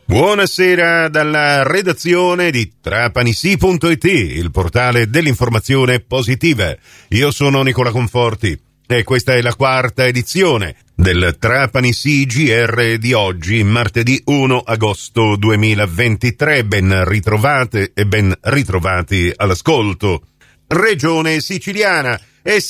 Buonasera dalla redazione di TrapaniSì.it, il portale dell'informazione positiva. Io sono Nicola Conforti e questa è la quarta edizione del Trapani Sì GR di oggi, martedì 1 agosto 2023. Ben ritrovate e ben ritrovati all'ascolto. Regione siciliana,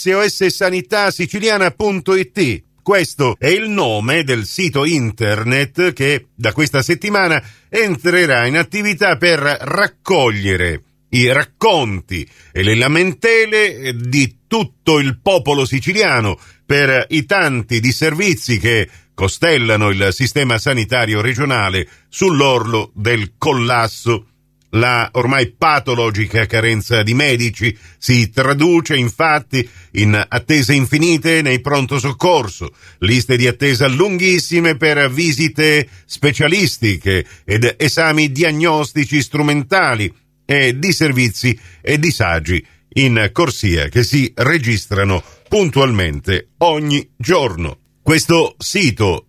SOSsanità-siciliana.it. Questo è il nome del sito internet che da questa settimana entrerà in attività per raccogliere i racconti e le lamentele di tutto il popolo siciliano per i tanti disservizi che costellano il sistema sanitario regionale sull'orlo del collasso. La ormai patologica carenza di medici si traduce infatti in attese infinite nei pronto soccorso, liste di attesa lunghissime per visite specialistiche ed esami diagnostici strumentali e disservizi e disagi in corsia che si registrano puntualmente ogni giorno. Questo sito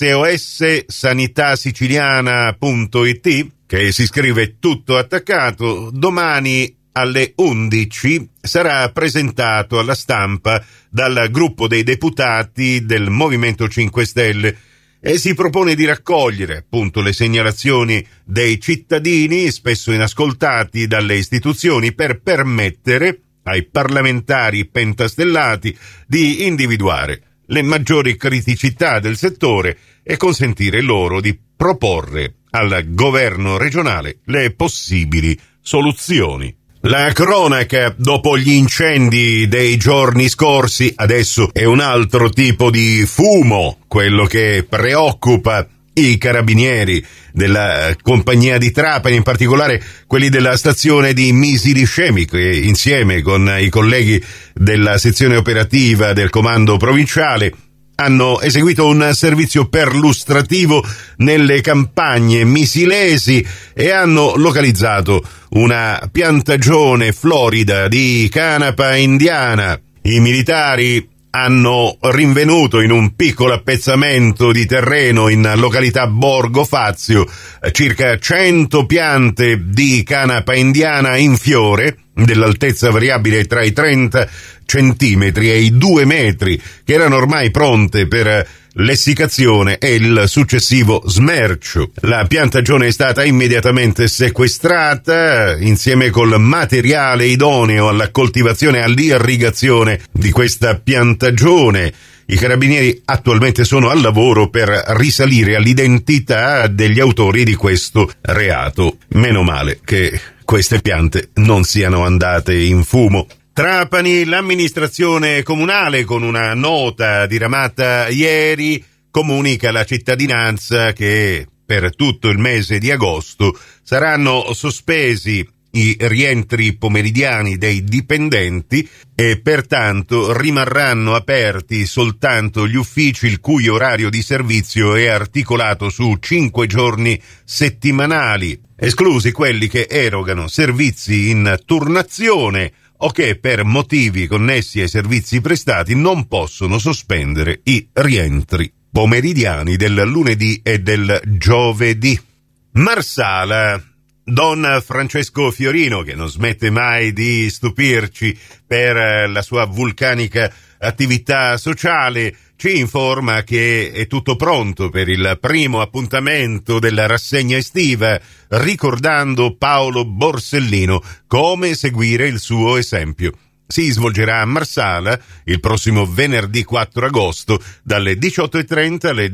SOSsanitàsiciliana.it, che si scrive tutto attaccato, domani alle 11 sarà presentato alla stampa dal gruppo dei deputati del Movimento 5 Stelle e si propone di raccogliere appunto le segnalazioni dei cittadini, spesso inascoltati dalle istituzioni, per permettere ai parlamentari pentastellati di individuare le maggiori criticità del settore e consentire loro di proporre al governo regionale le possibili soluzioni. La cronaca dopo gli incendi dei giorni scorsi adesso è un altro tipo di fumo, quello che preoccupa i carabinieri della compagnia di Trapani, in particolare quelli della stazione di Misili Scemi, che insieme con i colleghi della sezione operativa del comando provinciale hanno eseguito un servizio perlustrativo nelle campagne misilesi e hanno localizzato una piantagione florida di canapa indiana. I militari hanno rinvenuto in un piccolo appezzamento di terreno in località Borgo Fazio circa 100 piante di canapa indiana in fiore, dell'altezza variabile tra i 30 centimetri e i 2 metri, che erano ormai pronte per l'essiccazione e il successivo smercio. La piantagione è stata immediatamente sequestrata insieme col materiale idoneo alla coltivazione e all'irrigazione di questa piantagione. I carabinieri attualmente sono al lavoro per risalire all'identità degli autori di questo reato. Meno male che queste piante non siano andate in fumo. Trapani, l'amministrazione comunale, con una nota diramata ieri, comunica alla cittadinanza che per tutto il mese di agosto saranno sospesi i rientri pomeridiani dei dipendenti e pertanto rimarranno aperti soltanto gli uffici il cui orario di servizio è articolato su 5 giorni settimanali, esclusi quelli che erogano servizi in turnazione o che per motivi connessi ai servizi prestati non possono sospendere i rientri pomeridiani del lunedì e del giovedì. Marsala. Don Francesco Fiorino, che non smette mai di stupirci per la sua vulcanica attività sociale, ci informa che è tutto pronto per il primo appuntamento della rassegna estiva, ricordando Paolo Borsellino come seguire il suo esempio. Si svolgerà a Marsala il prossimo venerdì 4 agosto dalle 18:30 alle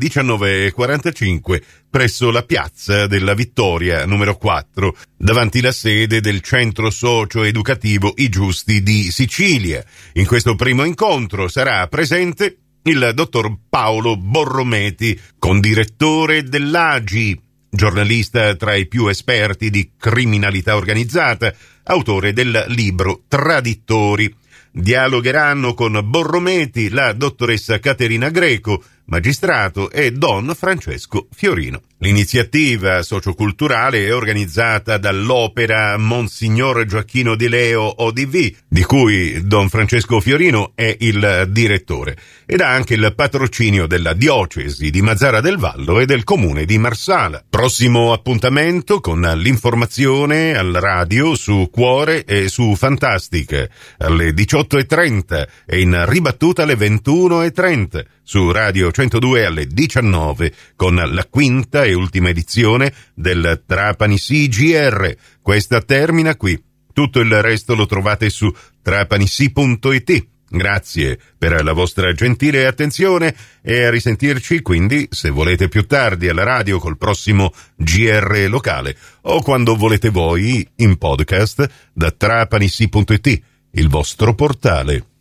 19:45 presso la Piazza della Vittoria numero 4, davanti la sede del Centro Socio-Educativo I Giusti di Sicilia. In questo primo incontro sarà presente il dottor Paolo Borrometi, condirettore dell'AGI, giornalista tra i più esperti di criminalità organizzata, autore del libro Traditori. Dialogheranno con Borrometi la dottoressa Caterina Greco, magistrato, e Don Francesco Fiorino. L'iniziativa socioculturale è organizzata dall'Opera Monsignor Gioacchino Di Leo ODV, di cui Don Francesco Fiorino è il direttore, ed ha anche il patrocinio della diocesi di Mazara del Vallo e del comune di Marsala. Prossimo appuntamento con l'informazione al radio su Cuore e su Fantastic alle 18:30 e in ribattuta alle 21:30 su Radio 102 alle 19 con la quinta e ultima edizione del Trapani CGR. Questa termina qui. Tutto il resto lo trovate su trapanisi.it. Grazie per la vostra gentile attenzione e a risentirci quindi, se volete, più tardi alla radio col prossimo GR locale o quando volete voi in podcast da trapanisi.it, il vostro portale.